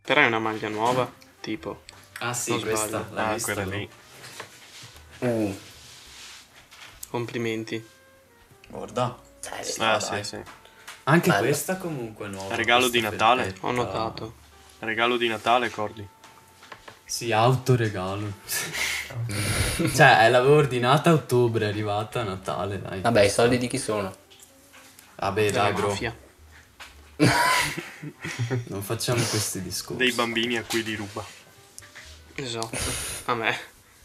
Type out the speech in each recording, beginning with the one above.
Però è una maglia nuova, tipo. Ah sì, Non questa, sbaglio. l'hai vista? quella lì. Complimenti. Guarda. Sì. Anche Bella. questa comunque è nuova. Regalo di questa Natale. felpetta. Ho notato. Regalo di Natale, Cordy. Sì, autoregalo. Cioè, l'avevo ordinata a ottobre, è arrivata a Natale, dai. Vabbè, i soldi di chi sono? Vabbè, dai, Della bro. mafia. Non facciamo questi discorsi. Dei bambini a cui li ruba. Esatto. A me.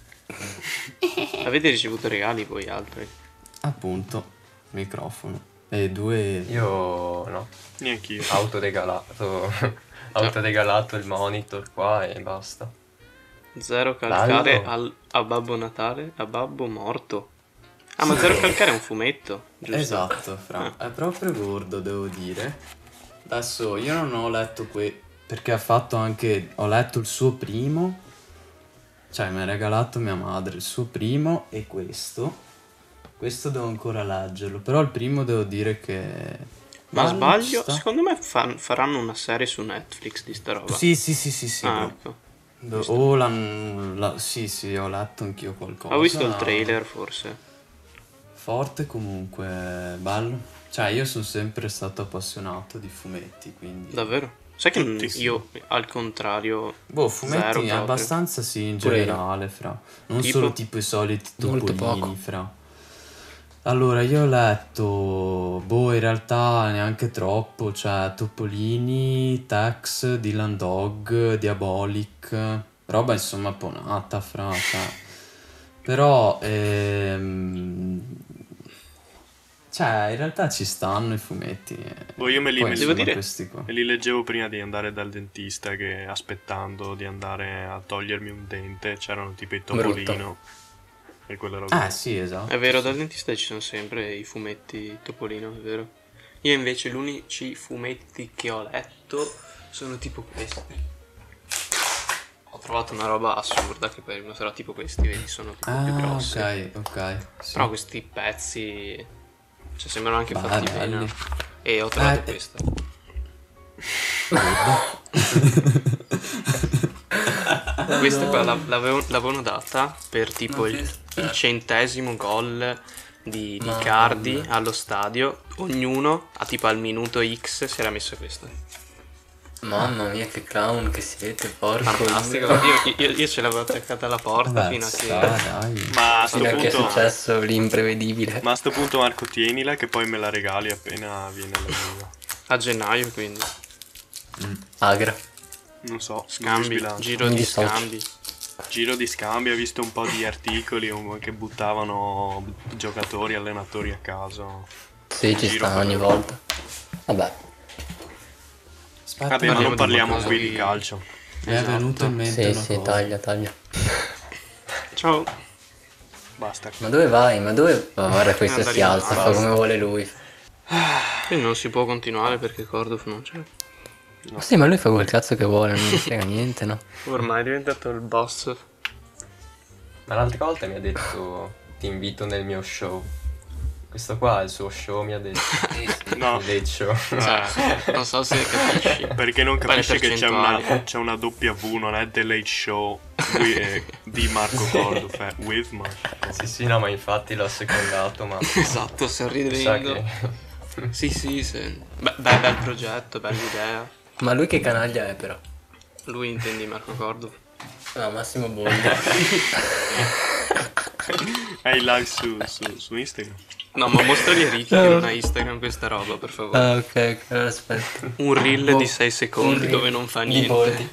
Avete ricevuto regali voi altri? Appunto, microfono. E 2... Io no, Neanch'io. autoregalato il monitor qua e basta. 0 calcare Bello. a Babbo Natale, a Babbo morto. Ah, ma 0 calcare è un fumetto, giusto? Esatto, Fra. È proprio gordo, devo dire. Adesso io non ho letto perché ha fatto anche... Ho letto il suo primo. Cioè, mi ha regalato mia madre il suo primo e questo. Questo devo ancora leggerlo. Però il primo devo dire che... Ma bello, sbaglio? ci sta. Secondo me faranno una serie su Netflix di sta roba. Sì, Ah, bro. ecco. Sì, ho letto anch'io qualcosa. Ho visto il trailer, forse. Forte comunque, bello. Cioè, io sono sempre stato appassionato di fumetti, quindi... Davvero? Sai che Tuttissimo. io, al contrario... Boh, zero fumetti proprio. abbastanza sì, in Pure io. generale, Fra. Non Tipo? solo tipo i soliti Molto topolini, poco. Fra. Allora, io ho letto, in realtà neanche troppo, cioè Topolini, Tex, Dylan Dog, Diabolic, roba insomma ponata, Fra, cioè. Però, cioè, in realtà ci stanno i fumetti. Boh, io me li- Poi, me li- Devo insomma, dire- questi qua. E li leggevo prima di andare dal dentista, che aspettando di andare a togliermi un dente c'erano tipo i Topolino e quella roba. Sì, esatto. È vero, sì. dal dentista ci sono sempre i fumetti Topolino, è vero. Io invece gli unici fumetti che ho letto sono tipo questi. Ho trovato una roba assurda che per una sarà tipo questi, vedi, sono tipo più grossi. ok, sì. Però questi pezzi, cioè, sembrano anche Beh, fatti belli. bene. E ho trovato Eh, questo. Questa qua l'avevano data per tipo il 100° gol di Icardi allo stadio. Ognuno a tipo al minuto X si era messo questo. Mamma mia, che clown che siete, porco. Fantastico. Io ce l'avevo attaccata alla porta Vabbè, fino a sta, che... dai. Ma a sto Fino a che è punto, successo l'imprevedibile. ma a sto punto, Marco, tienila che poi me la regali appena viene alla viva. A gennaio, quindi. Agra. Non so, Scambi, non mi giro Mi di dissocio. scambi. Giro di scambio, ho visto un po' di articoli che buttavano giocatori, allenatori a caso. Sì, ci Giro sta per ogni Europa. volta. Vabbè, Aspetta, Vabbè, ma non parliamo qualcosa qui di- di calcio. mi è venuto in mente sì, una sì, cosa. taglia. Ciao. Basta. Ma dove vai? Ma dove... Oh, guarda, questo Andare si in alza, fa basta. come vuole lui. Quindi non si può continuare perché Cordov non c'è. Ma sì, ma lui fa quel cazzo che vuole, non mi frega niente, no? Ormai è diventato il boss. Ma l'altra volta mi ha detto ti invito nel mio show. Questo qua è il suo show, mi ha detto. No. Il late show. Cioè, non so se capisci. Perché non Poi le capisci che percentuali. c'è una W, non è The Late Show di Marco Corduf, è with Marco. Sì, no, ma infatti l'ho secondato, ma Esatto, sto sa ridendo. che... Sì. Bel progetto, bella idea. Ma lui che canaglia è però? Lui intendi Marco Cordov? No, Massimo Boldi. È in live su Instagram. No, ma mostrali a Ricky che non ha Instagram questa roba, per favore. Ah, ok, allora aspetta. Un reel Oh, di 6 secondi un reel dove non fa di niente. Boldi.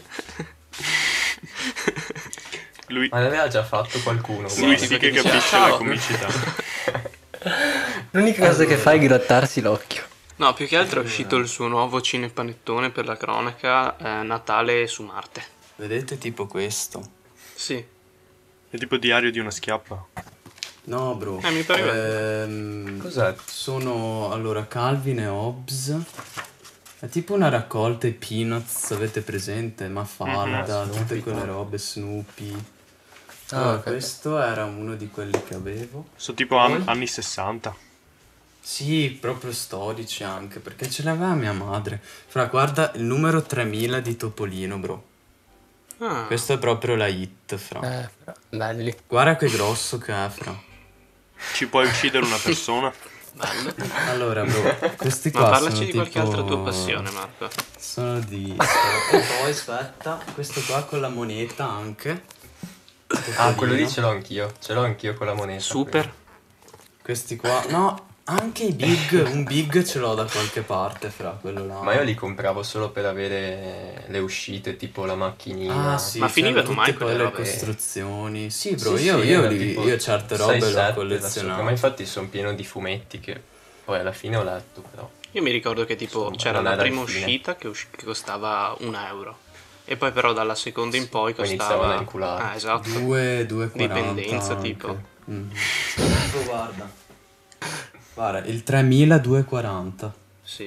Lui, Ma l'aveva già fatto qualcuno. lui guarda. sì che perché dice, capisce "Ciao." la comicità. L'unica cosa che fa è grattarsi l'occhio. No, più che altro è uscito il suo nuovo cinepanettone per la cronaca, Natale su Marte. Vedete tipo questo? Sì. È tipo diario di una schiappa. No, bro. Mi pare Cos'è? Sono allora Calvin e Hobbes. È tipo una raccolta i Peanuts, avete presente? Mafalda, tutte quelle robe, Snoopy. Allora, ok. questo era uno di quelli che avevo. Sono tipo anni 60. Sì, proprio storici anche, perché ce l'aveva mia madre. Fra, guarda il numero 3000 di Topolino, bro. Ah, Questo è proprio la hit, fra. Belli. Guarda che grosso che è, fra. Ci puoi uccidere una persona? bello. Allora, bro, questi Ma qua parlaci sono di qualche tipo... altra tua passione, Marco. Sono di... E poi, aspetta, questo qua con la moneta anche. Ah, quello lì Topolino. ce l'ho anch'io con la moneta. Super. Questi qua... No, anche i big, un big ce l'ho da qualche parte, fra, quello là. Ma io li compravo solo per avere le uscite, tipo la macchinina. Ah sì, Ma c'erano finivano tutte mai poi quelle le robe? costruzioni. Sì, bro, Sì, io, sì, io, era li- tipo io certe robe 6-7 le ho da sopra, collezionate. ma infatti sono pieno di fumetti che poi alla fine ho letto, però. Io mi ricordo che tipo Insomma, c'era non la era il prima fine. uscita che costava 1 euro. E poi però dalla seconda in poi Poi iniziavano costava... a inculare. Ah, esatto. 2,40 Dipendenza, anche. tipo. Tipo, guarda. Guarda, il 3240. Sì.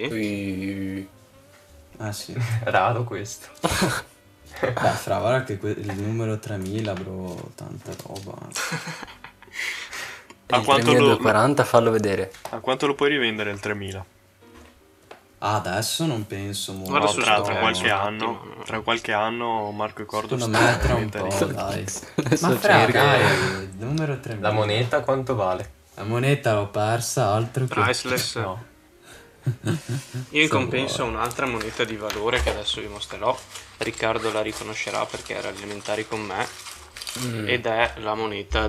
Sì. Raro questo. Beh, fra, guarda che il numero 3000, bro, tanta roba. A Il quanto, lo, 3240, fallo vedere. a quanto lo puoi rivendere il 3000? Ah, adesso non penso molto. Guarda No, su tra, sto tra prezzo qualche un anno, attimo. tra qualche anno Marco e Cordo Secondo me tra un stanno po', dai. Adesso Ma fra, cerco. dai, il numero 3000. La moneta quanto vale? La moneta l'ho persa, altro che... Priceless. No. Io in So compenso ho un'altra moneta di valore che adesso vi mostrerò. Riccardo la riconoscerà perché era alle elementari con me. Ed è la moneta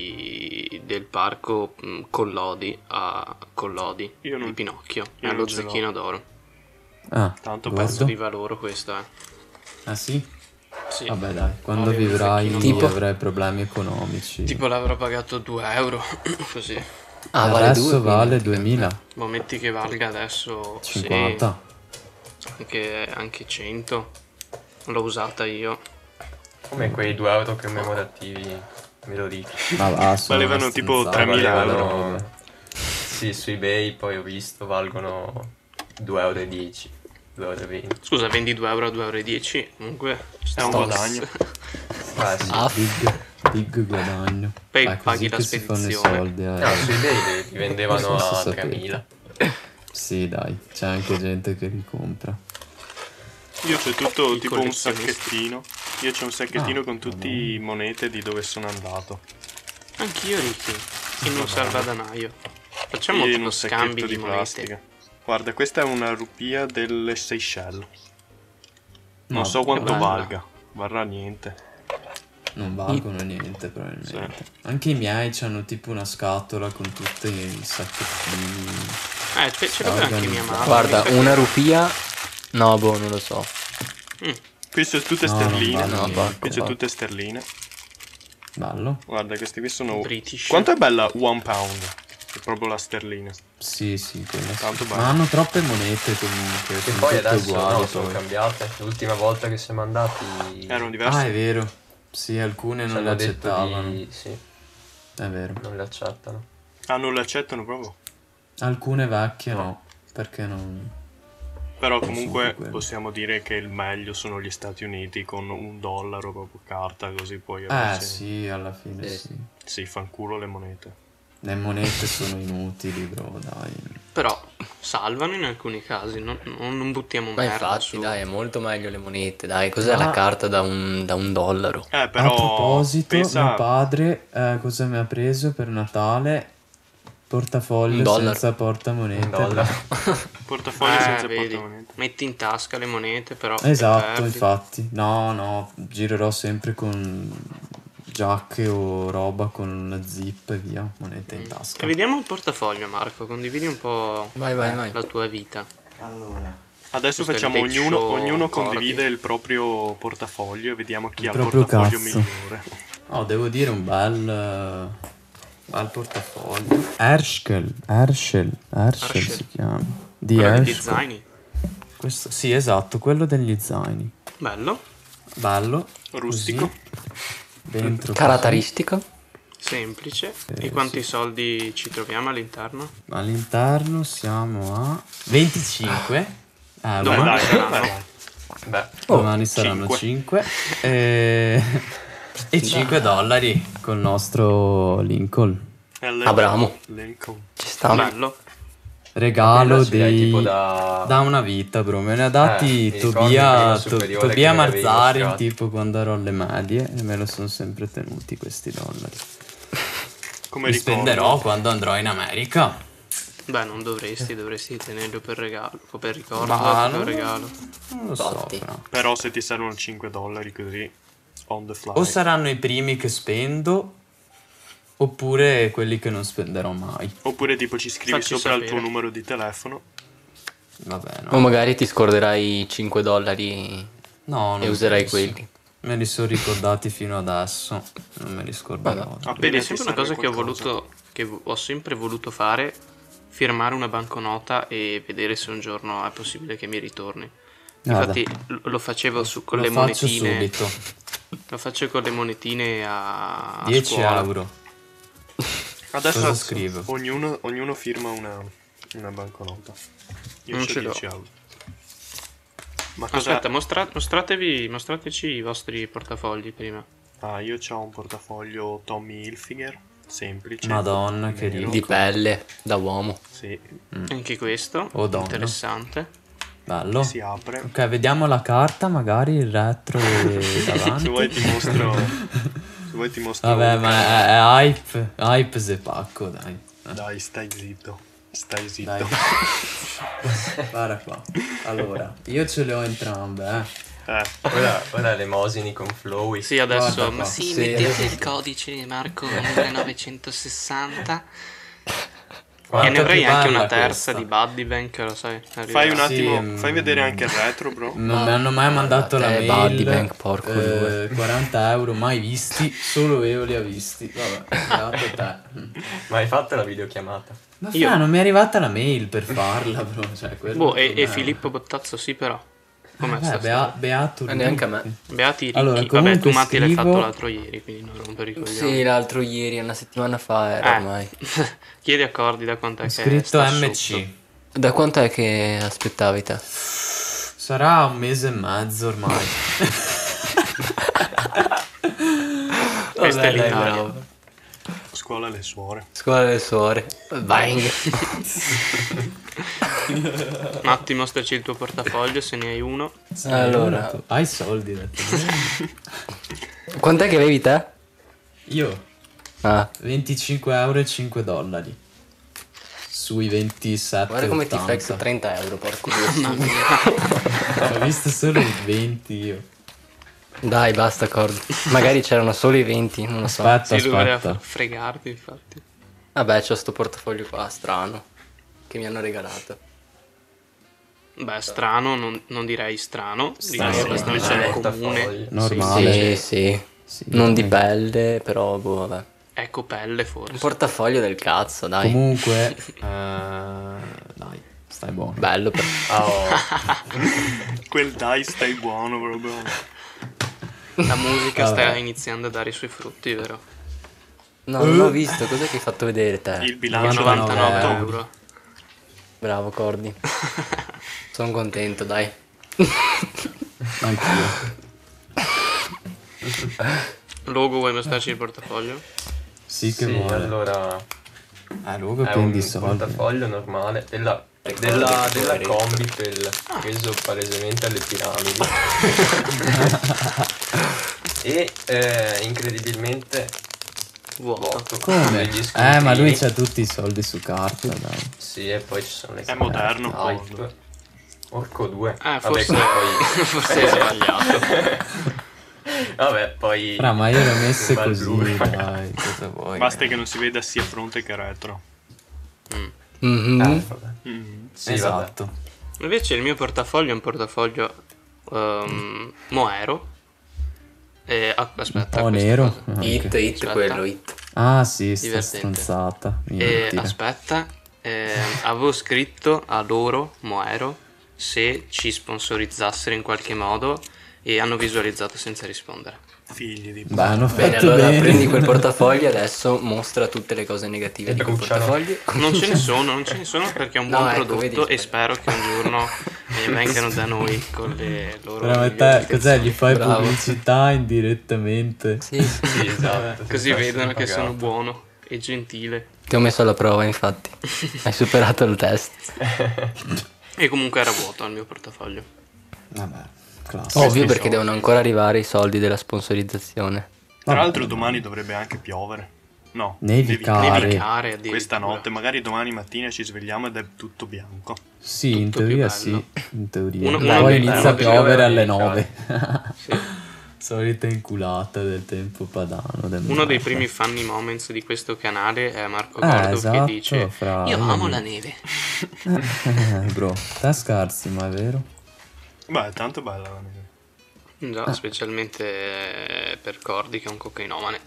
del parco Collodi a Collodi Io non- di Pinocchio. È io allo non ce l'ho. Zecchino d'Oro. Ah, Tanto gordo? Pezzo di valore questo è. Ah sì? Sì. Vabbè dai, quando Avevo un vivrai zecchino Tipo? avrai problemi economici. Tipo l'avrò pagato 2 euro. Così. Ah, vale Adesso 2, vale 2000, Ma metti che valga adesso 50. sì, anche 100. L'ho usata io. Come quei 2 euro commemorativi, me lo dico. Ma va, sono Valevano una tipo stronzata, 3.000 valevano euro. robe. Sì, su eBay poi ho visto valgono 2,10 euro, 2,20 euro. Scusa, vendi 2 euro a 2,10 euro. Comunque È un guadagno. Ah sì. Ah, Big guadagno. Poi Così paghi la che si fanno i spedizione. soldi, No, su eBay li vendevano Non so a se sapete. 3.000. Sì, dai, c'è anche gente che li compra. Io c'ho tutto I tipo un collezionisti. sacchettino. Io c'ho un sacchettino Ah, con tutte madonna. monete di dove sono andato. Anch'io, Ricky. In un salvadanaio. Facciamo E in tipo un scambi sacchetto di di monete. plastica. Guarda, questa è una rupia delle Seychelles. Non No, so quanto bella. valga. Varrà niente. Non valgono niente probabilmente. Sì. Anche i miei c'hanno tipo una scatola con tutti i sacchettini. Ce l'aveva anche mia madre. guarda, mi sa che- una rupia... No, boh, non lo so. Qui sono tutte No, sterline. non vale No, niente. Qui c'è va. tutte sterline. Bello? Guarda, queste qui sono... British. Quanto è bella one pound? È proprio la sterlina. Sì, quella sì. Tanto bello. Ma hanno troppe monete comunque. E sono poi tutte adesso uguali, no, sono poi. cambiate. L'ultima volta che siamo andati Erano Ah, diverse. è vero. Sì, alcune ci non le hanno detto accettavano. di... Sì, È vero. non le accettano. Ah, non le accettano proprio. Alcune vecchie no. Perché non... Però sono comunque quelle. possiamo dire che il meglio sono gli Stati Uniti con $1 proprio carta, così poi sì, alla fine Sì. sì. Sì, fanculo le monete. Le monete sono inutili, bro, dai. Però salvano in alcuni casi. Non buttiamo Ma merda infatti, su. dai, è molto meglio le monete, dai. Cos'è Ah. la carta da un dollaro? Però A proposito, pensa... mio padre cosa mi ha preso per Natale? Portafoglio Un dollaro. senza portamonete. Un dollaro. Portafoglio senza vedi. portamonete. Metti in tasca le monete, però. Esatto, perdi. infatti. No, girerò sempre con giacche o roba con una zip e via, monete in tasca. E vediamo il portafoglio, Marco. Condividi un po' Vai. la tua vita. Allora, Adesso Questo è facciamo il date show ognuno Corby. condivide il proprio portafoglio e vediamo chi Il ha il proprio portafoglio cazzo. migliore. oh, devo dire un bel portafoglio. Herschel si chiama. Di Quello degli Herschel. zaini. Questo, sì, esatto, quello degli zaini. Bello. Bello. Rustico. Così. Dentro Caratteristico? Semplice. E quanti soldi ci troviamo all'interno? così. All'interno siamo a 25. Ah, Domani Dai, saranno. dai. Beh, domani saranno 5. E 5 $, col nostro Lincoln. È Abramo. Lincoln. Ci sta. Bello. regalo Ce li hai tipo da una vita, bro. Me ne ha dati mi ricordo in Tobia, prima superiore Tobia che me l'avevi Marzari, mostrato. tipo quando ero alle medie, e me lo sono sempre tenuti questi dollari. Come Li ricordo. spenderò quando andrò in America. Beh, non dovresti tenerlo per regalo. O per ricordo, Ma o per non- regalo. Non lo so, Infatti. però. Però se ti servono 5 dollari così, on the fly. O saranno i primi che spendo, oppure quelli che non spenderò mai. Oppure tipo ci scrivi Facci sopra il sapere. tuo numero di telefono. Vabbè, O no. magari ti scorderai 5 dollari No, e non userai penso. quelli. Me li sono ricordati fino adesso. Non me li scorderò. Appena Vedi, è ti sempre una serve cosa che ho qualcosa. voluto, ho sempre voluto fare, firmare una banconota e vedere se un giorno è possibile che mi ritorni. Guarda, Infatti lo facevo con le lo faccio monetine. subito. Lo faccio con le monetine a 10 scuola. euro. Adesso Cosa scrivo? Ognuno firma una banconota. Io Non c'ho ce l'ho. 10 euro. Ma cosa... Aspetta, mostrateci i vostri portafogli prima. Ah, io ho un portafoglio Tommy Hilfiger, semplice. Madonna, che nero. ricco. Di pelle, da uomo. Sì, Anche questo, Oh, donna. interessante. Bello. si apre. Ok, vediamo la carta, magari il retro e davanti. Se vuoi ti mostro... Se vuoi ti mostro... Vabbè, un ma è hype se pacco, dai. Dai, stai zitto. Stai zitto. Dai. Guarda qua. Allora, io ce le ho entrambe, Ora le Mosini con Flowy. Sì, adesso, Guarda ma qua. sì, Sì. mettete il codice Marco 1960. Guarda E ne avrei che anche bella una terza questa. di Buddy Bank, lo sai. Fai un arriverà. attimo, fai vedere anche il retro, bro. Non mi hanno mai mandato la te, mail. Buddy Bank, porco due. 40 euro mai visti, solo io li ho visti. Vabbè, beato te. Ma hai fatto la videochiamata? Ma Io- non mi è arrivata la mail per farla, bro. Cioè, quello Boh, non e è- Filippo Bottazzo sì, però. Com'è sta beato lui. neanche a me. Beati i ricchi. Allora, Vabbè, comunque tu Matti l'hai scrivo- fatto l'altro ieri, quindi non rompere i coglioni. Sì, l'altro ieri, una settimana fa era ormai. Chiedi accordi da quant'è Ho che scritto sta MC. sotto. Da quanto è che aspettavi te? Sarà un mese e mezzo ormai. Questa è Vabbè, dai, l'Italia. bravo. Scuola le suore. Scuola delle suore. Bang. Matti, mostraci il tuo portafoglio se ne hai uno. Allora, Hai soldi, ho detto. quant'è che avevi te? Io Ah, 25 euro e 5 dollari. Sui 27. guarda come ti 80. flex 30 euro, porco due. Ho visto solo i 20 io. Dai, basta, Cord. Magari c'erano solo i 20, non lo so. Aspetta, Sì, lui voleva aspetta. fregarti, infatti. Vabbè, c'ho sto portafoglio qua, strano, che mi hanno regalato. Beh, strano, non direi strano. Strano. Direi abbastanza È comune. portafoglio. Normale. Sì. Sì. Non di pelle, però, boh, vabbè. Ecco pelle, Un forse. portafoglio del cazzo, dai. Comunque, dai, stai buono. Bello, però. Ah, oh. Quel dai stai buono, proprio. La musica Vabbè. sta iniziando a dare i suoi frutti, vero? No, non ho visto, cos'è che hai fatto vedere te? Il bilancio 99 99 euro. euro. Bravo, Cordi. Sono contento, dai. Anch'io. Logo, vuoi mostrarci il portafoglio? Sì che Sì, vuole. allora Luca è prendi un soldi. portafoglio normale della Combitel, preso palesemente alle piramidi. E incredibilmente Vuoto. vuoto. Come? Degli Ma lui scontrini. c'ha tutti i soldi su carta, dai. Sì, e poi ci sono le È moderno, Hype. Cord. Orco 2. Forse, Vabbè, poi... forse hai sbagliato. Vabbè, poi... Ma io le ho messe Va così, blu. dai, cosa vuoi? Basta che non si veda sia fronte che retro. Mhm. vabbè. Mm. Sì, vabbè. Esatto. Invece il mio portafoglio è un portafoglio Moero. Aspetta, Un po' questa nero. cosa. Ah, Hit, ok. hit, Aspetta. quello, hit. Ah sì, sta Divertente. stronzata. Inutile. Aspetta, avevo scritto a loro, Moero, se ci sponsorizzassero in qualche modo e hanno visualizzato senza rispondere. Figli di... Beh, hanno Bene, fatto allora bene. prendi quel portafoglio e adesso mostra tutte le cose negative E di quel brucialo. portafoglio. Non ce ne sono perché è un No, buon ecco, prodotto vedi. e spero che un giorno vengano da noi con le loro Però ma migliori te cos'è? Gli fai Bravo. pubblicità indirettamente? Sì, sì. Sì, esatto. così senza vedono essere che sono pagato. buono. e gentile. Ti ho messo alla prova, infatti. Hai superato il test. E comunque era vuoto il mio portafoglio. Vabbè, classico. Ovvio, perché devono ancora arrivare i soldi della sponsorizzazione. Tra Vabbè, l'altro domani dovrebbe anche piovere. No, Nevicare. Nevicare addirittura. Questa notte, magari domani mattina ci svegliamo ed è tutto bianco. Sì, in Tutto più teoria bello. sì. In teoria. Uno Poi dei- inizia uno a dei- piovere alle dei- 9. Sì. Solita inculata del tempo padano. Uno dei primi funny moments di questo canale è Marco Gordo esatto, che dice fra- io amo la neve. Bro, te scarsi, ma è vero? Beh, è tanto bella la neve. Già, specialmente per Cordi che è un cocainomane.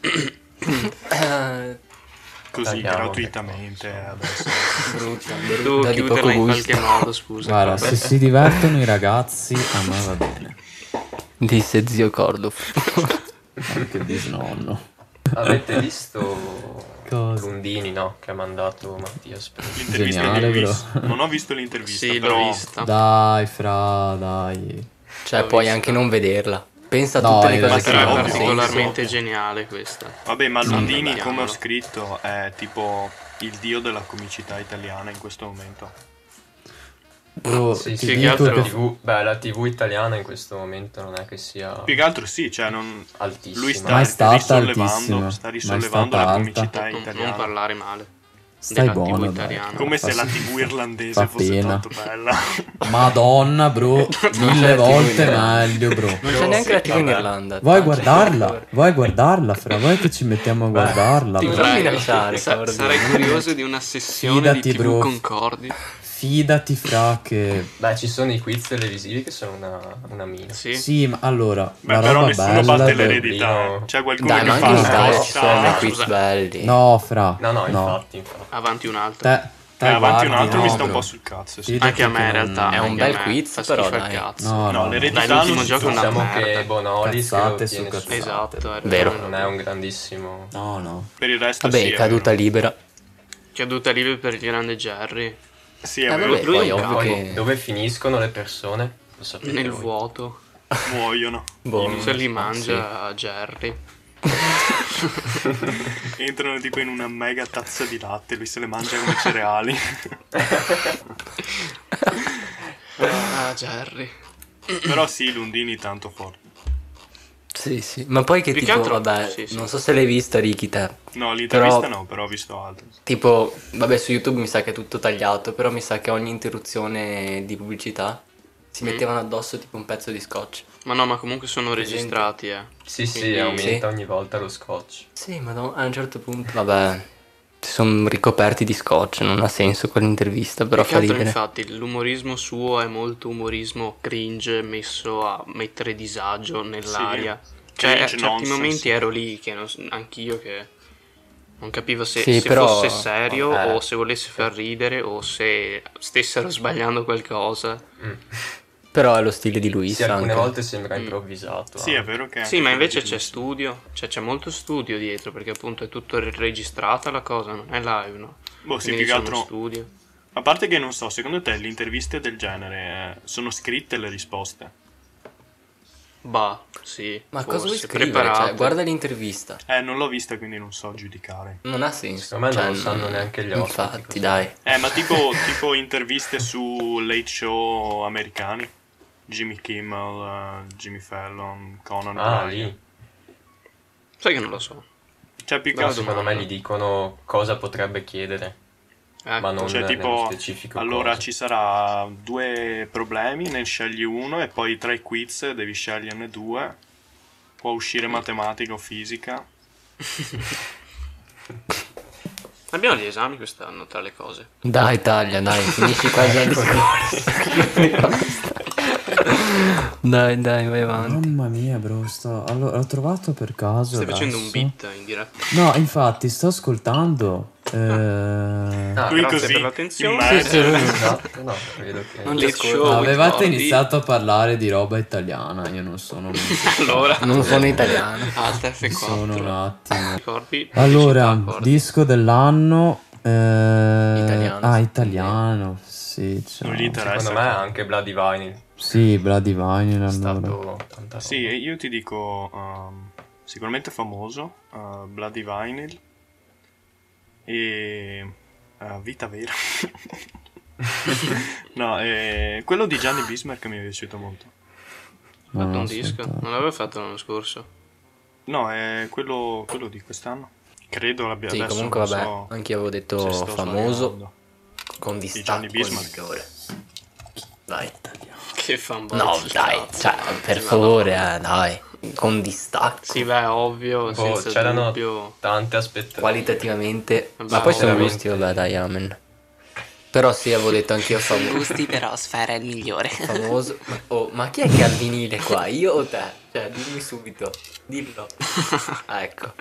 Così, Tagliamo, gratuitamente adesso. Brutta, Tu da di chiudela poco in gusto. qualche modo, scusa. Guarda, Cordo. se si divertono i ragazzi, a me va bene. Disse zio Cordo. Anche bisnonno. Avete visto Cosa? Lundini, no? Che ha mandato Mattia Spezia. L'intervista Geniale, l'ho bro. vista. Non ho visto l'intervista, Sì, l'ho però vista. Dai, fra, dai. Cioè, L'ho puoi vista. anche non vederla. Pensa a No, tutte le in cose realtà che È ovvio. non senso. particolarmente geniale questa. Vabbè, ma Lundini, Sì. come ho scritto, è tipo il dio della comicità italiana in questo momento. Bro, Sì, ti sì, che dico altro- che la TV italiana in questo momento non è che sia Più che altro sì, cioè non... altissima. Lui Mai sta stata risollevando, altissima, sta mai risollevando stata la alta. comicità Non italiana. parlare male stai della buono, TV dai. italiana. Come Fa se la sì. TV irlandese Fa fosse pena. tanto bella. Madonna, bro, mille volte meglio, bro. Non c'è neanche la TV in vabbè. Irlanda. Vuoi Tanto- guardarla? Vuoi guardarla, fra? Vuoi che ci mettiamo a guardarla, ti bro? Non mi Prego. lasciare, Cordi. Sarei curioso di una sessione Fidati, di TV bro. Concordi. Fidati, fra, che... Beh, ci sono i quiz televisivi che sono una mina. Sì. Sì, ma allora, Beh, la però roba nessuno bella... batte del- l'eredità. Lino. C'è qualcuno Dai, che ma fa anche in la Italia la ci sono dei scusa. quiz belli. No, fra, No, infatti. Avanti un altro. Te avanti un guardi, altro no, mi sta un bro. po' sul cazzo. Sì. Fidati Anche a me che in non- realtà. È un anche a bel me. quiz, Fa però, schifo al dai. cazzo. No, No, no, l'eredità Dai, l'ultimo non si gioco è fa. una Diciamo merda. che Bonolis Cazzate che lo su tiene cazzate. Esatto, hai Vero. ragione. non è un grandissimo. no. Per il resto Vabbè, sì, è caduta vero. libera. Caduta libera per il grande Jerry. Sì, è Eh, vero. vabbè, Lui poi è un ovvio Poi che... dove finiscono le persone? Lo sapete Nel voi. vuoto. Muoiono. Boh, Se li mangia Jerry. Entrano tipo in una mega tazza di latte, lui se le mangia come cereali. Ah, Jerry. Però sì, Lundini tanto forte. Sì, sì. Ma poi che Più che tipo, altro- vabbè, sì, sì. non so se l'hai vista, Ricky, te. No, l'intervista Però- no, però ho visto altro. Tipo, vabbè, su YouTube mi sa che è tutto tagliato, però mi sa che ogni interruzione di pubblicità si mettevano addosso tipo un pezzo di scotch. Ma no, ma comunque sono Presente. registrati, Sì, Quindi- aumenta Sì. ogni volta lo scotch. Sì, ma a un certo punto, vabbè, si sono ricoperti di scotch, non ha senso quell'intervista, però Più che fa altro, ridere. infatti, l'umorismo suo è molto umorismo cringe messo a mettere disagio nell'aria. Cioè, a Cringe certi nonsense. momenti ero lì, che anch'io che non capivo se, Sì, se però- fosse serio vabbè. o se volesse far ridere o se stessero sbagliando qualcosa. Però è lo stile di Luis Sì, alcune anche. volte sembra improvvisato. Sì, è vero che... Sì, anche ma invece quello c'è studio, cioè c'è molto studio dietro, perché appunto è tutto registrata la cosa, non è live, no? Boh, sì, Quindi più che c'è uno altro... studio. A parte che non so, secondo te le interviste del genere sono scritte le risposte? Bah, sì. Ma cosa vuoi forse, scrivere? preparate. Cioè, guarda l'intervista. Non l'ho vista, quindi non so giudicare. Non ha senso. Secondo me non Cioè, lo sanno neanche gli ospiti, Infatti, così. dai. Ma tipo interviste su late show americani? Jimmy Kimmel, Jimmy Fallon, Conan Ah, O'Brien. lì. Sai che non lo so. Cioè, più che No, altro... secondo me gli dicono cosa potrebbe chiedere, Ecco. ma non Cioè, nello tipo, specifico allora cosa. ci sarà 2 problemi, ne scegli uno e poi 3 quiz, devi sceglierne 2. Può uscire matematica o fisica. Abbiamo gli esami quest'anno tra le cose. Dai, taglia, dai, finisci qua già il discorso. Dai, vai avanti. Mamma mia, bro, allora, l'ho trovato per caso Stai facendo un adesso. beat in diretta. No, infatti, sto ascoltando. Ah, Lui grazie così, per l'attenzione. immerso. Esatto, no, credo che... Non ti Late ascolto. show with Avevate Cordy. iniziato a parlare di roba italiana, io non sono... Allora. Non sono italiano. Alta F4. sono un attimo. Ricordi? Allora, Pubblicità, Cordy. disco dell'anno... Italiano, Ah, sì. italiano, sì. Non gli interessa. Secondo me anche Bloody Vinyl Sì, Bloody Vinyl, è allora. stato tanta Sì, roba. io ti dico sicuramente famoso, Bloody Vinyl. E... vita vera. No, quello di Gianni Bismarck mi è piaciuto molto. Ha fatto un No, disco? aspetta. Non l'aveva fatto l'anno scorso. No, è quello di quest'anno. Credo l'abbia Sì, adesso comunque non vabbè, so anche io avevo se detto sto famoso sbagliando. con Di Gianni distacco il Bismarck. migliore. Dai. Che fanboy. No, del dai, cazzo. cioè, per favore, dai, con distacco. Sì, beh, ovvio, senza c'erano dubbio. tante aspettative. Qualitativamente. Vabbè, Ma poi sono veramente. gusti, vabbè, dai, amen. Però sì, avevo detto anch'io Gusti, però Sfera è il migliore. famoso. Ma chi è che ha il vinile qua? Io o te? Cioè, dimmi subito. Dillo. Ah, ecco.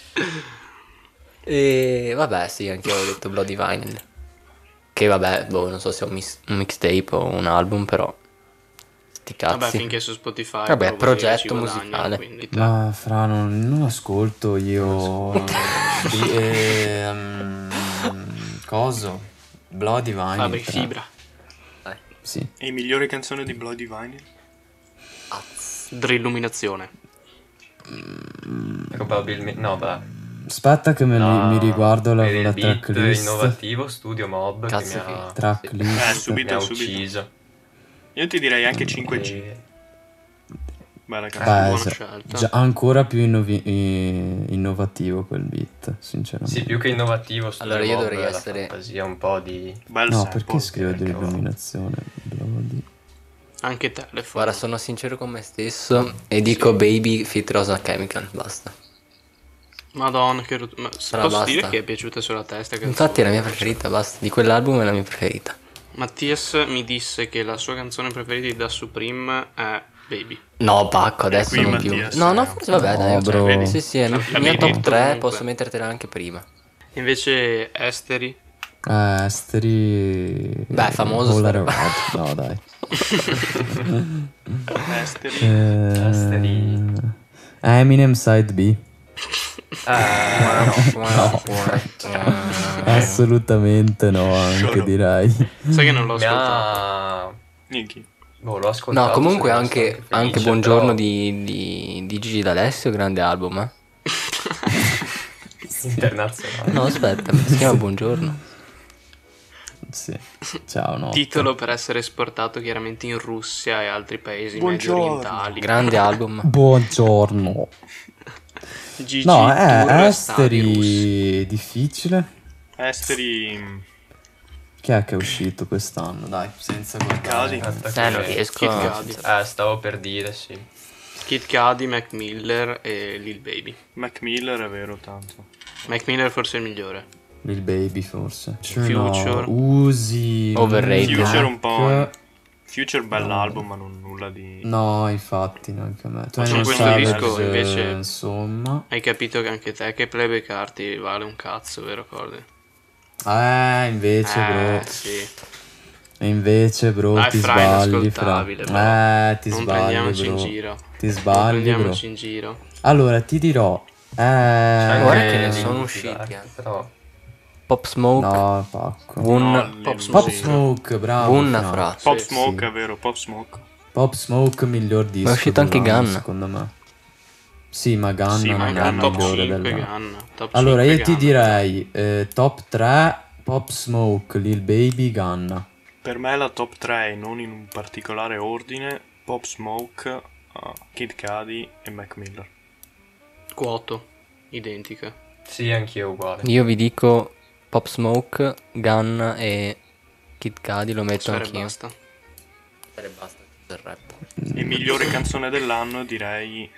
E vabbè, sì, anche io avevo detto Bloody Vinyl. Che vabbè, boh, non so se è un mixtape o un album, però. Sti cazzi. Vabbè, finché su Spotify. Vabbè, proprio progetto ci guadagnano, musicale. quindi te. Ma fra, non ascolto io. Coso? Bloody Vinyl. Fabri fra. Fibra. Sì. E migliore canzone di Bloody Vinyl? Drilluminazione. Probabilmente. No, beh. Aspetta che mi riguardo per il la beat tracklist. innovativo Studio Mob Cazzo che mi ha, Tracklist. Subito, mi ha subito. ucciso. Io ti direi anche 5G. E- Bella canzone. Beh, buona se- scelta. già ancora più innovativo quel beat, sinceramente. Sì, più che innovativo, Studio Allora, io Mob dovrei è la essere- fantasia un po' di... Bel No, sample. perché scrivo perché dell'illuminazione? Bloody. Anche Telephone. Guarda, sono sincero con me stesso e dico Baby Fit Rosa Chemical, basta. Madonna, che ma Sarà posso basta. dire che è piaciuta sulla testa canzone? Infatti è la mia preferita, basta. Di quell'album è la mia preferita. Mattias mi disse che la sua canzone preferita da Supreme è Baby. No, pacco, adesso qui non più. Mattias, No, forse vabbè, No, dai. bro. vedi? Sì, sì, è la mia L'avevi top detto 3, comunque. posso mettertela anche prima. Invece Esteri. Esteri. Beh, famoso All sarebbe. Around. No, dai. Esteri. Eh, Eminem Side B. Assolutamente no, anche direi. Sai che non l'ho Mi ascoltato. ha... Nichi. Boh, l'ho ascoltato. No, comunque sono anche, stato felice, anche Buongiorno però di Gigi D'Alessio, grande album, eh. internazionale. No, aspetta, si chiama Buongiorno. Sì. Ciao, no. Titolo per essere esportato chiaramente in Russia e altri paesi medio Buongiorno. orientali. Grande album. Buongiorno. Gigi No, Tour stadi russi. Esteri difficile. Esteri. Chi è che è uscito quest'anno? Dai, senza guardare. Aspetta Non che- riesco Kid a... Cudi. Stavo per dire, sì. Kid Cudi, Mac Miller e Lil Baby. Mac Miller è vero tanto. Mac Miller forse è il migliore. Il Baby forse. Future. No, Uzi. Overrated. Future un po'. Mac. Future bell'album, ma non nulla di. No, infatti, neanche a me. Con 21 questo Savage, disco, invece- insomma. Hai capito che anche te che Playback Arti vale un cazzo, vero Cordy? Invece, bro. Sì. E invece, bro, Dai, ti Fra, sbagli, Fra. inascoltabile, bro. Ti Non sbagli, prendiamoci bro. in giro. Ti Non sbagli, bro. prendiamoci in giro. Allora, ti dirò. Guarda che ne Anche sono Lil usciti, Dark, Però Pop Smoke, No, pacco. One, Pop Pop Smoke. Smoke, bravo. One Fra. fra. Pop Sì, Smoke, sì. è vero, Pop Smoke. Pop Smoke, miglior disco. è uscito anche dell'anno, Gunna. secondo me. Sì, ma Gunna Sì, ma non è il Gunna top migliore 5 dell'anno. Gunna. Top Allora, 5 io ti Gunna. direi top 3, Pop Smoke, Lil Baby, Gunna. Per me la top 3, non in un particolare ordine, Pop Smoke, Kid Cudi e Mac Miller. Quoto. Identica. Sì, anch'io uguale. Io vi dico Pop Smoke, Gunna e Kid Cudi, lo metto Sfera e anch'io. basta. E basta del rap. E migliore canzone dell'anno direi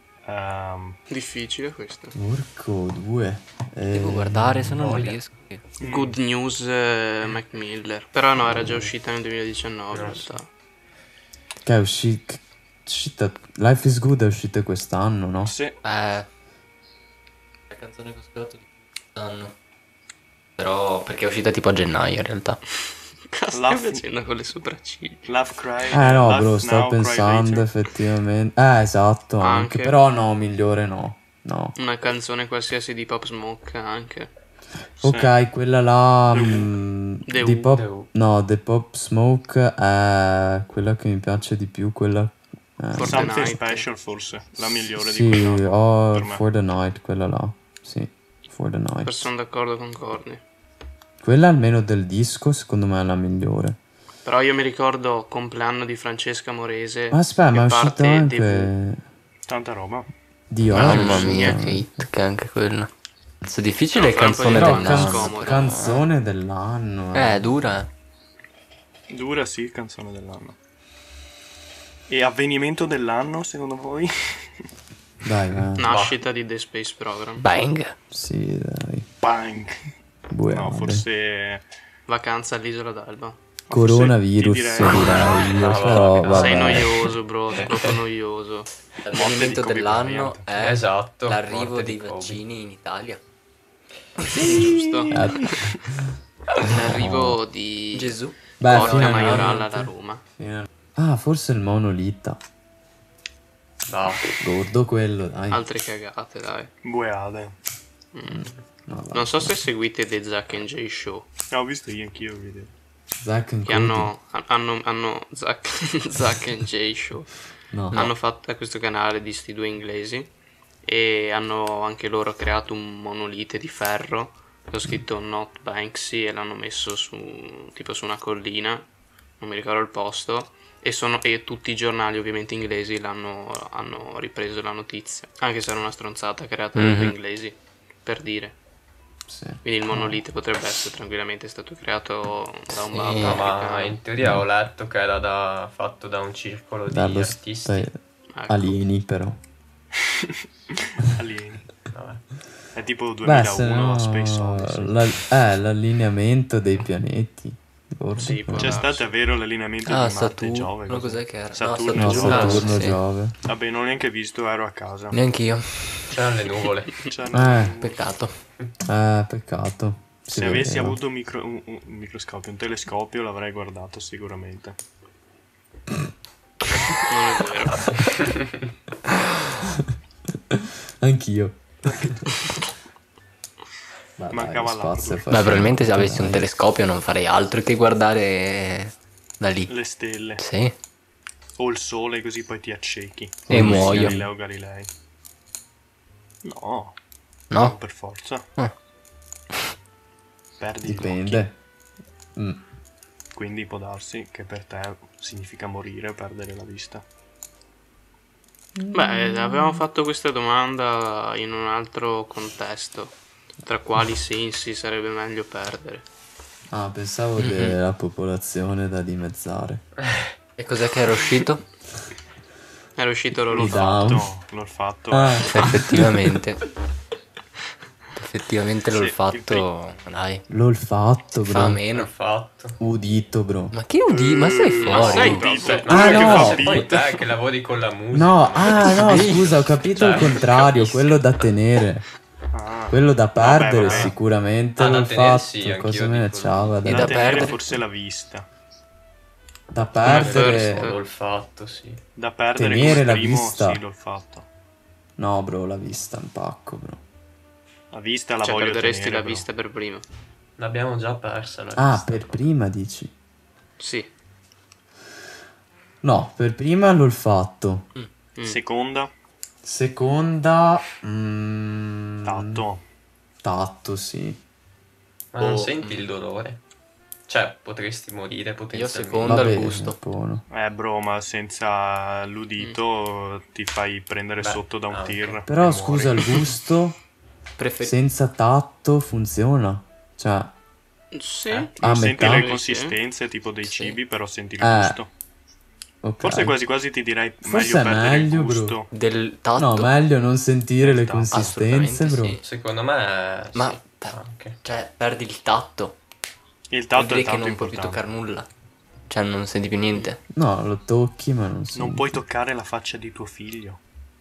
Difficile questo. Porco, 2. Devo guardare, se no non riesco. Good News Mac Miller. Però no, era già uscita nel 2019 in realtà. Che è uscita. Life is Good è uscita quest'anno, no? sì, La canzone che ho ascoltato di quest'anno. Però perché è uscita tipo a gennaio in realtà. Cosa stai Love- facendo con le sopracciglia? Love Cry. No, Laugh bro, sto Now, Cry pensando Later. effettivamente. Esatto, anche. Anche. Però no, migliore no. No. Una canzone qualsiasi di Pop Smoke anche. Ok, quella là The di Who. Pop. The Who. No, The Pop Smoke è quella che mi piace di più, quella. For the Something Night. Special forse, la migliore Sì, di quell'anno per me. For the Night, quella là. Sì. For the Night. Sono d'accordo con Corny. Quella almeno del disco, secondo me è la migliore. Però io mi ricordo compleanno di Francesca Morese. Ma aspetta, che ma è uscito parte anche TV. Tanta roba. di Mamma oggi. mia, che hit che è anche quella. Cazzo, difficile No, fra un po' canzone di Però tempo dell'anno. scomodo. canzone dell'anno. Dura. Dura, sì, canzone dell'anno. E avvenimento dell'anno, secondo voi? Dai, vai. Nascita di The Space Program. Bang. Sì, dai. Bang! Buone. No, forse... Vacanza all'isola d'Alba. Coronavirus, Forse ti direi io, No, però no, vabbè. Sei noioso, bro. Sei proprio noioso. L'avvenimento Kobe dell'anno Bryant. è Esatto, l'arrivo morte dei di Kobe. vaccini in Italia. Giusto. Eh, L'arrivo di Gesù. Beh, Porca finalmente. Maioralla alla Roma. Ah, forse il monolita. No, Gordo quello, dai. Altre cagate, dai. Bueade. No, va. Non so se seguite The Zack and Jay Show. Ho visto io anch'io il video. Zack and Che hanno Zack, Zack and Jay Show. No. Hanno fatto questo canale di sti due inglesi. E hanno anche loro creato un monolite di ferro. Ho scritto Not Banksy e l'hanno messo su tipo su una collina. Non mi ricordo il posto. E tutti i giornali ovviamente inglesi hanno ripreso la notizia. Anche se era una stronzata creata da due inglesi. Per dire. Sì. Quindi il monolite potrebbe essere tranquillamente stato creato da un Sì. babbo no, ma africano. in teoria ho letto che era fatto da un circolo di Dallo artisti. Ecco. alieni, però. Alieni. Vabbè. È tipo Beh, 2001 se no, Space Odyssey. l'allineamento dei pianeti. Gordo, Sì, però. può C'è stato vero l'allineamento di Marte e Saturno. Giove. cos'è? Cos'è che era? Saturno No, e Giove. Saturno, sì. Giove. Vabbè, non ho neanche visto, ero a casa. Neanch'io. C'erano le nuvole. Cioè, Peccato. Peccato. Si se avessi vedeva. avuto un microscopio, un telescopio, l'avrei guardato sicuramente. Non è vero. Anch'io. Ma Mancava dai, lo l'altro. spazio è Beh, probabilmente se avessi un fascinante. telescopio non farei altro che guardare da lì. Le stelle. Sì. O il sole, così poi ti accechi. E Come muoio. Galileo Galilei. No, non No? per forza. Ah. Perdi gli occhi. Dipende. Quindi può darsi che per te significa morire, perdere la vista. Beh, avevamo fatto questa domanda in un altro contesto. Tra quali sensi sarebbe meglio perdere? Ah, pensavo della popolazione da dimezzare. E cos'è che era uscito? Era uscito Down. l'olfatto. L'olfatto. Ah, Effettivamente. Effettivamente Sì, l'olfatto. Dai. l'olfatto, Fa bro. meno. Fatto. Udito, bro. Ma che udì? Ma sei Ma sei fuori? proprio... Ah, che no. fa poi te che lavori con la musica. No, no, scusa, ho capito il Cioè, contrario, capisco. quello da tenere. Ah, Quello da perdere vabbè. sicuramente Ah, da tenere l'olfatto, sì, anch'io cosa me ne dico ciava da E da da tenere perdere? forse la vista. perdere. Come L'olfatto, sì. Da perdere Tenere come la primo, vista. sì, l'olfatto. No, bro, la vista è un pacco, bro. La vista la Cioè, voglio perderesti tenere, la bro. vista per primo. L'abbiamo già persa la Ah, vista. per prima dici? Sì. No, per prima l'olfatto. Seconda, Seconda... tatto. Tatto, sì. Ma non senti il dolore? Cioè, potresti morire potenzialmente. secondo- Onda al Vabbè, gusto. buono. Bro, ma senza l'udito ti fai prendere Beh, sotto da un anche. tir. Però e scusa, muori. il gusto senza tatto funziona. Cioè, Sì. Non a senti metà. le consistenze tipo dei Sì. cibi, però senti il Eh, gusto. ok. Forse quasi quasi ti direi Forse meglio è perdere meglio, il bro. gusto. Del tatto? No, meglio non sentire le Tatto. consistenze, bro. Assolutamente sì. Secondo me Ma sì, anche. cioè, perdi il tatto. Il Vuol tatto dire è che tanto non puoi più importante. toccare nulla. Cioè, non senti più niente. No, lo tocchi, ma non senti. Non puoi toccare la faccia di tuo figlio.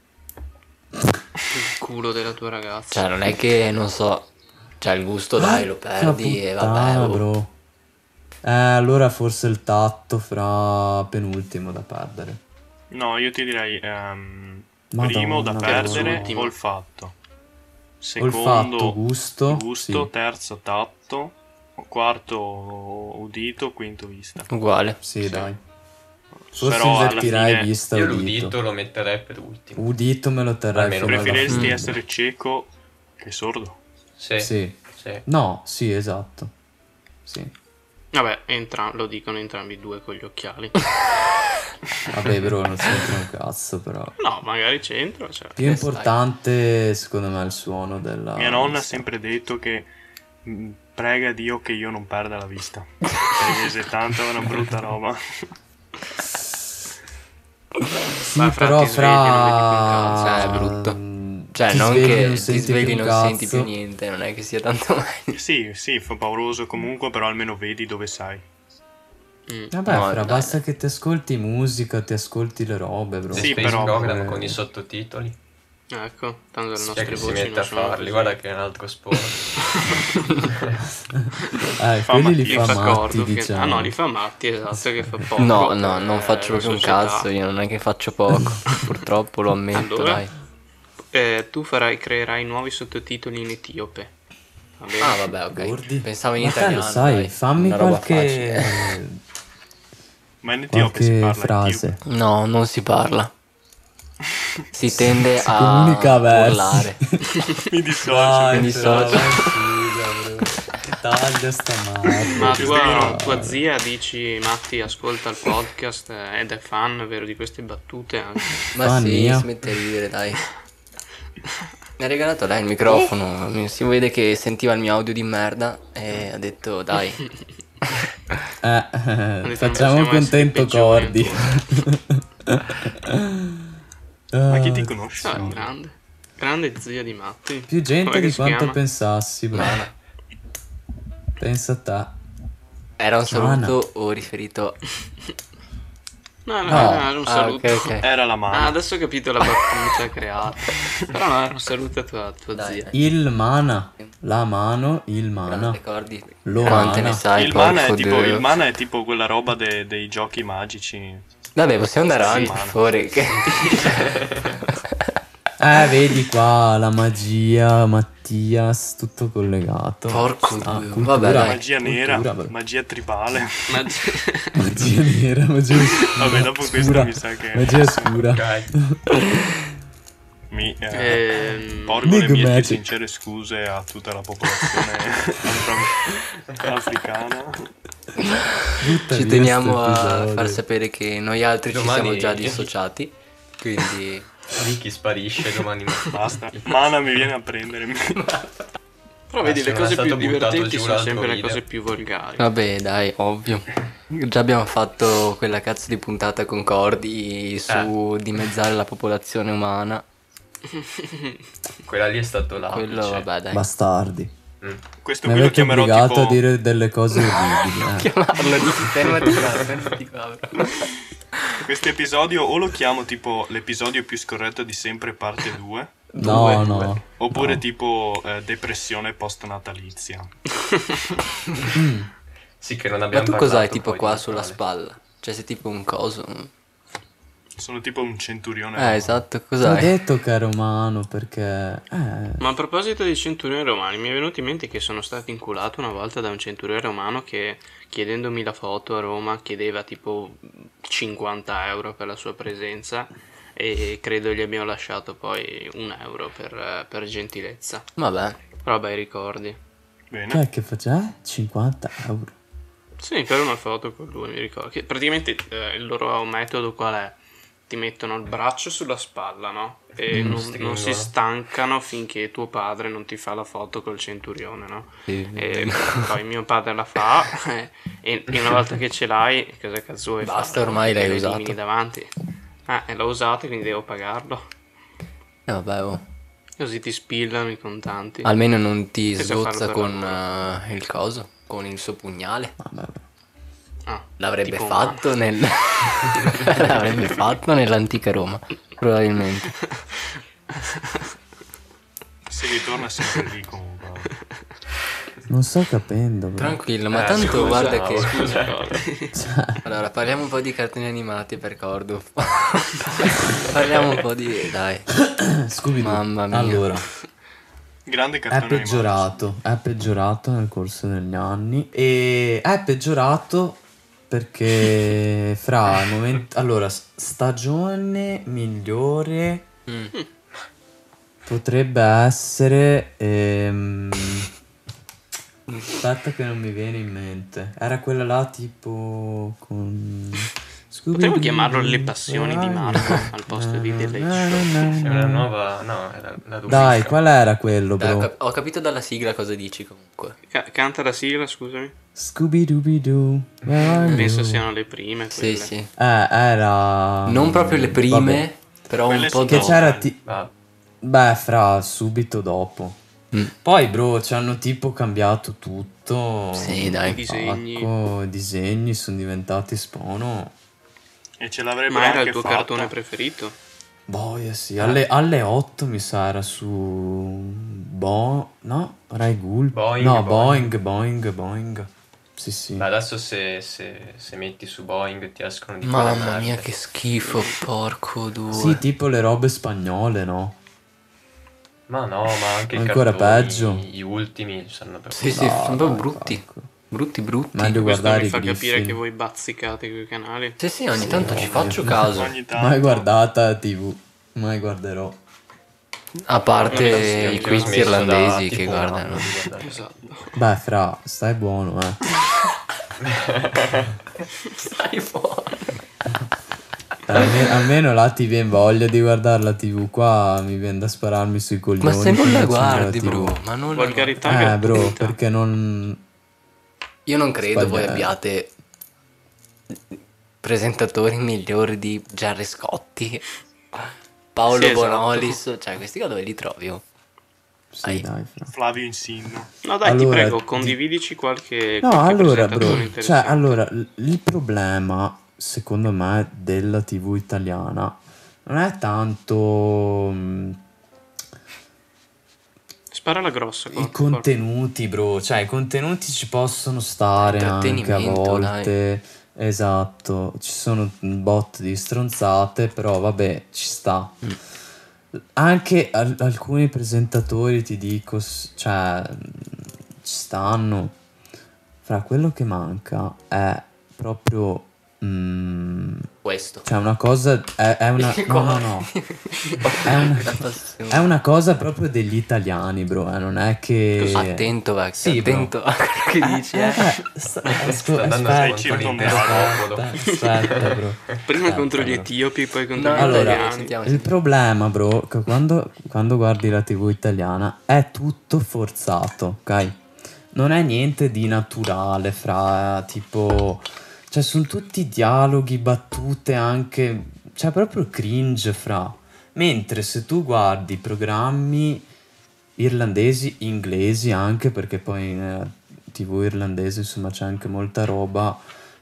Il culo della tua ragazza. Cioè, non è che, non so... Cioè, il gusto, dai, lo perdi e vabbè. Puttana, oh. bro. Allora forse il tatto fra penultimo da perdere. No, io ti direi Madonna, primo da bro. perdere, Terzultimo. olfatto. Secondo Olfatto, gusto. gusto, Sì. terzo tatto, quarto udito, quinto vista. Sì, Uguale. Sì. dai. Forse Però alla invertirei fine vista Io udito. l'udito lo metterei per ultimo. Udito me lo terrei Almeno fino alla Preferiresti fine. essere cieco che sordo? Sì. Sì. Sì. No, sì, esatto. Sì. Vabbè, lo dicono entrambi e due con gli occhiali. Vabbè, però non c'entra un cazzo, però. No, magari c'entra, cioè. Più importante, secondo me, è il suono della Mia nonna ha vista. sempre detto che prega Dio che io non perda la vista. Perché se tanto è una brutta roba. Sì, Ma però ti svegli e non vedi più un cazzo. È brutto. Cioè, ti non svegli, che non ti senti svegli più non un senti più cazzo. niente, non è che sia tanto meglio. Sì, fa pauroso comunque, però almeno vedi dove sei. Vabbè, No, fra, dai, basta che ti ascolti musica, ti ascolti le robe, bro. Sì, Space però- Program con i sottotitoli. Ecco, tanto le Chi è nostre che si voci mette non a sono farli? così. Guarda che è un altro sport. Quelli li Li fa fa Matti, Cordo, diciamo. Ah no, li fa Matti, esatto, che fa poco. No, no, per non faccio la proprio un società. cazzo, io non è che faccio poco, purtroppo lo ammetto, Allora? dai. Tu creerai nuovi sottotitoli in etiope. Va bene? Ah, vabbè, ok. Gordi. Pensavo in Ma te italiano, lo sai, dai, fammi una roba qualche, facile. Ma in Etiopia si qualche parla frase. etiope. No, non si parla. Si tende Si a comunica a versi. urlare. Mi dissocio. Dai, Mi fra, dissocio. vai, scusa, bro. Taglia sta merda. Ma Questi che non- tua zia dici, Matti ascolta il podcast ed è fan, vero, di queste battute anche. Ma Fan sì, mia. smette di ridere, dai. Mi ha regalato lei il microfono, si vede che sentiva il mio audio di merda e ha detto dai. non Facciamo possiamo contento essere peggiori Cordi. Ma chi ti conosce? Ah, grande zia di Matti. Più gente Com'è che di si quanto chiama? pensassi, bro. Mana. Pensa a te. Era un Mana. saluto o riferito... No, No. era un Ah, saluto. ok, ok. Era la Ah, mano. adesso ho capito la battuta creata. Però no, era un saluto a tua Dai, zia. dai. Il mana. La mano, il mana. Grande Cordi. Lo Quante mana. ne sai, Il mana, porco Dio. il mana è tipo quella roba dei giochi magici. Vabbè, possiamo andare Sì, avanti, mana. per favore. Che... Vedi qua la magia, Mattias, tutto collegato. Porco Ah, Dio. cultura. Vabbè, dai. Magia nera, Cultura, bro. magia tribale. Ma Magia nera, magia scura. Vabbè, dopo questa Scura. mi sa che- Magia scura. Ok. Porgo le Big mie più magic. sincere scuse a tutta la popolazione africana. Butta Ci via teniamo sto a episodio. far sapere che noi altri ci Domani- siamo già dissociati. Quindi... Ricky sparisce domani mattina. Basta. Mana mi viene a prendere. Però vedi, se le non è cose più stato buttato divertenti giù sono l'altro sempre le video. cose più volgari. Vabbè, dai, ovvio. Già abbiamo fatto quella cazzo di puntata con Cordi su dimezzare la popolazione umana. Quella lì è stato l'apice. Quello, vabbè, dai. Bastardi. Questo Mi qui lo avete chiamerò obbligato tipo... a dire delle cose orribili. Chiamarlo di fermati qua, bro. Questo episodio o lo chiamo tipo l'episodio più scorretto di sempre parte 2, No, no. oppure no. tipo depressione post-natalizia. Sì, che non Ma abbiamo tu cos'hai parlato tipo poi qua di sulla Natale. spalla? Cioè sei tipo un coso? Sono tipo un centurione. Esatto, Ti ho cos'hai? detto che è romano perché... Ma a proposito dei centurioni romani, mi è venuto in mente che sono stato inculato una volta da un centurione romano che, chiedendomi la foto a Roma, chiedeva tipo 50 euro per la sua presenza e credo gli abbiamo lasciato poi €1 per gentilezza. Vabbè. Però bei ricordi. Bene. Che è che faccia? 50 euro. Sì, per una foto con lui, mi ricordo. Che praticamente il loro metodo qual è? Ti mettono il braccio sulla spalla, no? E non si stringono. stancano finché tuo padre non ti fa la foto col centurione, no? Sì. E poi mio padre la fa e una volta che ce l'hai, cosa cazzo vuoi Basta, fare? ormai l'hai Te lo usato. elimini davanti. E l'ho usato, quindi devo pagarlo. Vabbè, oh. Così ti spillano i contanti. Almeno non ti Senza farlo sgozza per con lavoro. il coso, con il suo pugnale. Vabbè. Ah, L'avrebbe tipo fatto l'avrebbe fatto nell'antica Roma, probabilmente. Si ritorna sempre lì comunque. Non sto capendo, bro. Tranquillo, ma tanto scusa, guarda no, che... scusa. Allora, parliamo un po' di cartoni animati per Cordo. Parliamo un po' di... Dai. Scooby-Doo. Mamma mia. Allora, Grande è cartone peggiorato nel corso degli anni e è peggiorato perché fra il momento... Allora, stagione migliore... Mm. potrebbe essere... aspetta che non mi viene in mente. Era quella là tipo con... Potremmo chiamarlo Le passioni di Marco al posto di The Late Show. È una nuova... No, è la rubrica. Dai, qual era quello, Dai, bro? ho capito dalla sigla cosa dici comunque. Canta la sigla, scusami. Scooby-Dooby-Doo. where are you? Penso siano le prime Sì, quelle. sì. Era... Non proprio le prime, Vabbè. però un Quelle po' sì Che No. c'era Va. Beh, fra subito dopo. Mm. Poi, bro, ci hanno tipo cambiato tutto. Sì, dai. I disegni. I disegni sono diventati spono. E ce l'avrebbe Ma era anche il tuo fatta. cartone preferito? Boia, sì. Alle 8 mi sa era su... No, Rai Gulp. Boing, No, Boing. Boing. Sì, sì. Ma adesso se metti su Boeing ti escono di quelle Mamma mia, merde. che schifo, porco due. Sì, tipo le robe spagnole, no? Ma no, ma anche i Ancora cartoni, peggio. gli ultimi sono proprio... Sì, sì, No, sono proprio dai, brutti. porco. Brutti. Meglio Questo guardare mi i fa capire Griffin. che voi bazzicate quei canali. Sì, sì, ogni tanto ci faccio caso. Ogni tanto. Mai guardata la TV. Mai guarderò. A parte Sì, i anche io ho quiz smesso da irlandesi tipo che un anno guardano. di guardare. Esatto. Beh, fra, stai buono, Stai fuori. Almeno là ti viene voglia di guardare la TV. Qua mi viene da spararmi sui coglioni. Ma se non prima la di accendere guardi, TV. bro, ma non la Volgarità Bro, gratuita. perché non... Io non credo voi Sbagliato. abbiate presentatori migliori di Gerry Scotti, Paolo Sì, esatto. Bonolis, cioè questi qua dove li trovi? Oh? Sì, Dai. dai, fra. Flavio Insinno. No dai, ti Allora, prego, condividici qualche No, qualche allora, presentatore bro, cioè, interessante. allora, il problema, secondo me, della TV italiana non è tanto Spara la grossa. i contenuti, bro. Cioè, i contenuti ci possono stare anche a Intrattenimento, volte. Esatto, ci sono un bot di stronzate, però vabbè, ci sta. Anche alcuni presentatori, ti dico, cioè, ci stanno. Fra quello che manca è proprio... Questo. cioè, una cosa... È una... No. È una, La passione. è una cosa proprio degli italiani, bro. Non è che... Attento, vecchio, Sì, bro. attento a quello che dici, sta dando Sei conto circondato. Aspetta, bro. Prima Aspetta, contro gli bro. etiopi, poi contro No, gli Allora, italiani. sentiamo. Il problema, bro, che quando guardi la TV italiana è tutto forzato, ok? Non è niente di naturale, fra tipo... Cioè, sono tutti dialoghi, battute anche... Cioè, proprio cringe, fra. Mentre se tu guardi programmi irlandesi, inglesi anche, perché poi nella TV irlandese, insomma, c'è anche molta roba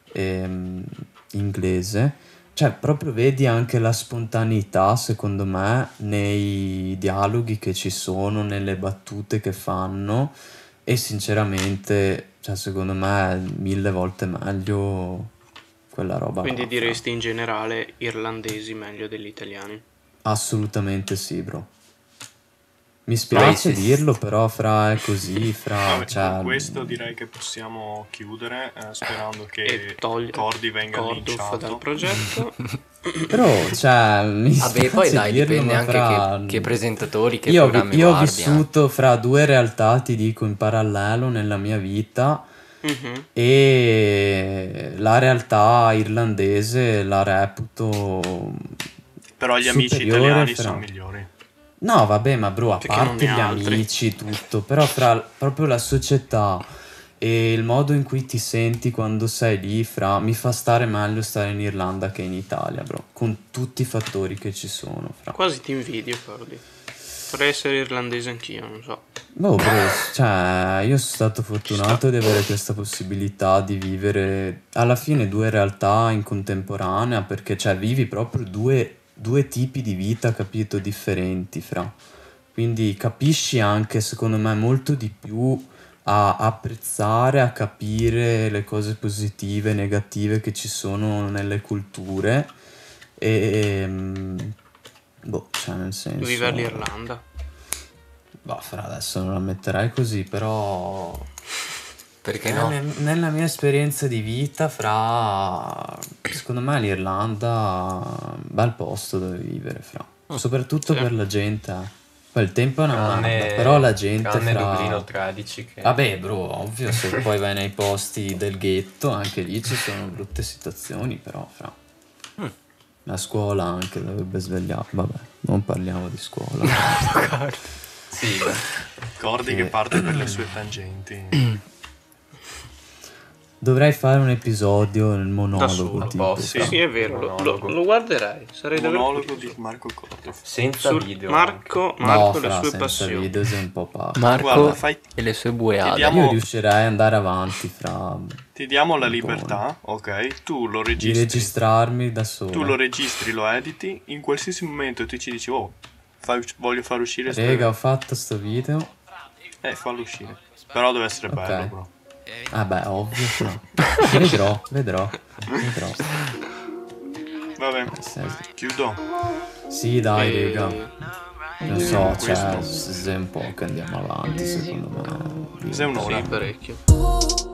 inglese. Cioè, proprio vedi anche la spontaneità, secondo me, nei dialoghi che ci sono, nelle battute che fanno. E sinceramente, cioè, secondo me è 1000 volte meglio quella roba Quindi là, diresti in generale irlandesi meglio degli italiani. assolutamente sì, bro. Mi spiace sì. dirlo, però fra è così, fra... Vabbè, cioè, con questo direi che possiamo chiudere sperando E che toglie Cordy venga Corduf linciato. dal progetto. Però, cioè, mi Vabbè, poi spiace dai, dirlo, dipende ma anche fra... che presentatori, che Io, programmi io ho guardi, vissuto fra due realtà, ti dico, in parallelo nella mia vita. Mhm. E la realtà irlandese la reputo Però gli amici superiore, italiani fra- sono migliori. No, vabbè, ma bro, a Perché non parte ne gli ha altri. amici, tutto, però fra proprio la società e il modo in cui ti senti quando sei lì, fra, mi fa stare meglio stare in Irlanda che in Italia, bro, con tutti i fattori che ci sono, fra. Quasi ti invidio, Cordy. Vorrei essere irlandese anch'io, non so. Boh, bro, cioè, io sono stato fortunato di avere questa possibilità di vivere alla fine due realtà in contemporanea, perché, cioè, vivi proprio due tipi di vita, capito, differenti, fra. Quindi capisci anche, secondo me, molto di più a apprezzare, a capire le cose positive e negative che ci sono nelle culture e... boh, cioè, nel senso... Vive all'Irlanda. Boh, fra adesso non la metterai così, però Perché no? nella mia esperienza di vita, fra secondo me l'Irlanda è un bel posto dove vivere, fra. Soprattutto Sì. per la gente. Poi il tempo è una merda, Tranne- però la gente tranne fra... Dublino 13 che... Vabbè, bro, ovvio, se poi vai nei posti del ghetto, anche lì ci sono brutte situazioni, però fra... La scuola anche dovrebbe svegliare. Vabbè, non parliamo di scuola. Sì, Ricordi che parte per le sue tangenti. Dovrei fare un episodio nel Da monologo, solo. tipo. Sì, sì, è vero, lo, Monologo. lo guarderei. Sarei davvero Monologo curioso. di Marco Cordo. senza Sul video. Marco No, e le fra, sue senza passioni. video sei un po' pazzo. Marco Guarda, fai- e le sue bueade. Chiediamo- Io riuscirei ad andare avanti fra... Ti diamo la un po', libertà, ok? Tu lo di registri. registrarmi da solo. Tu lo registri, lo editi. In qualsiasi momento tu ci dici, oh, voglio far uscire sto Rega, ho fatto sto video. fallo uscire. Però deve essere Ok. bello, bro. Ah beh, ovvio, fra. Vedrò. Vabbè, Sì, chiudo. sì, dai, rega. Non so, cioè, Questo. se è un po' che andiamo avanti, secondo me. Sei un'ora. Sì, parecchio. Ooh,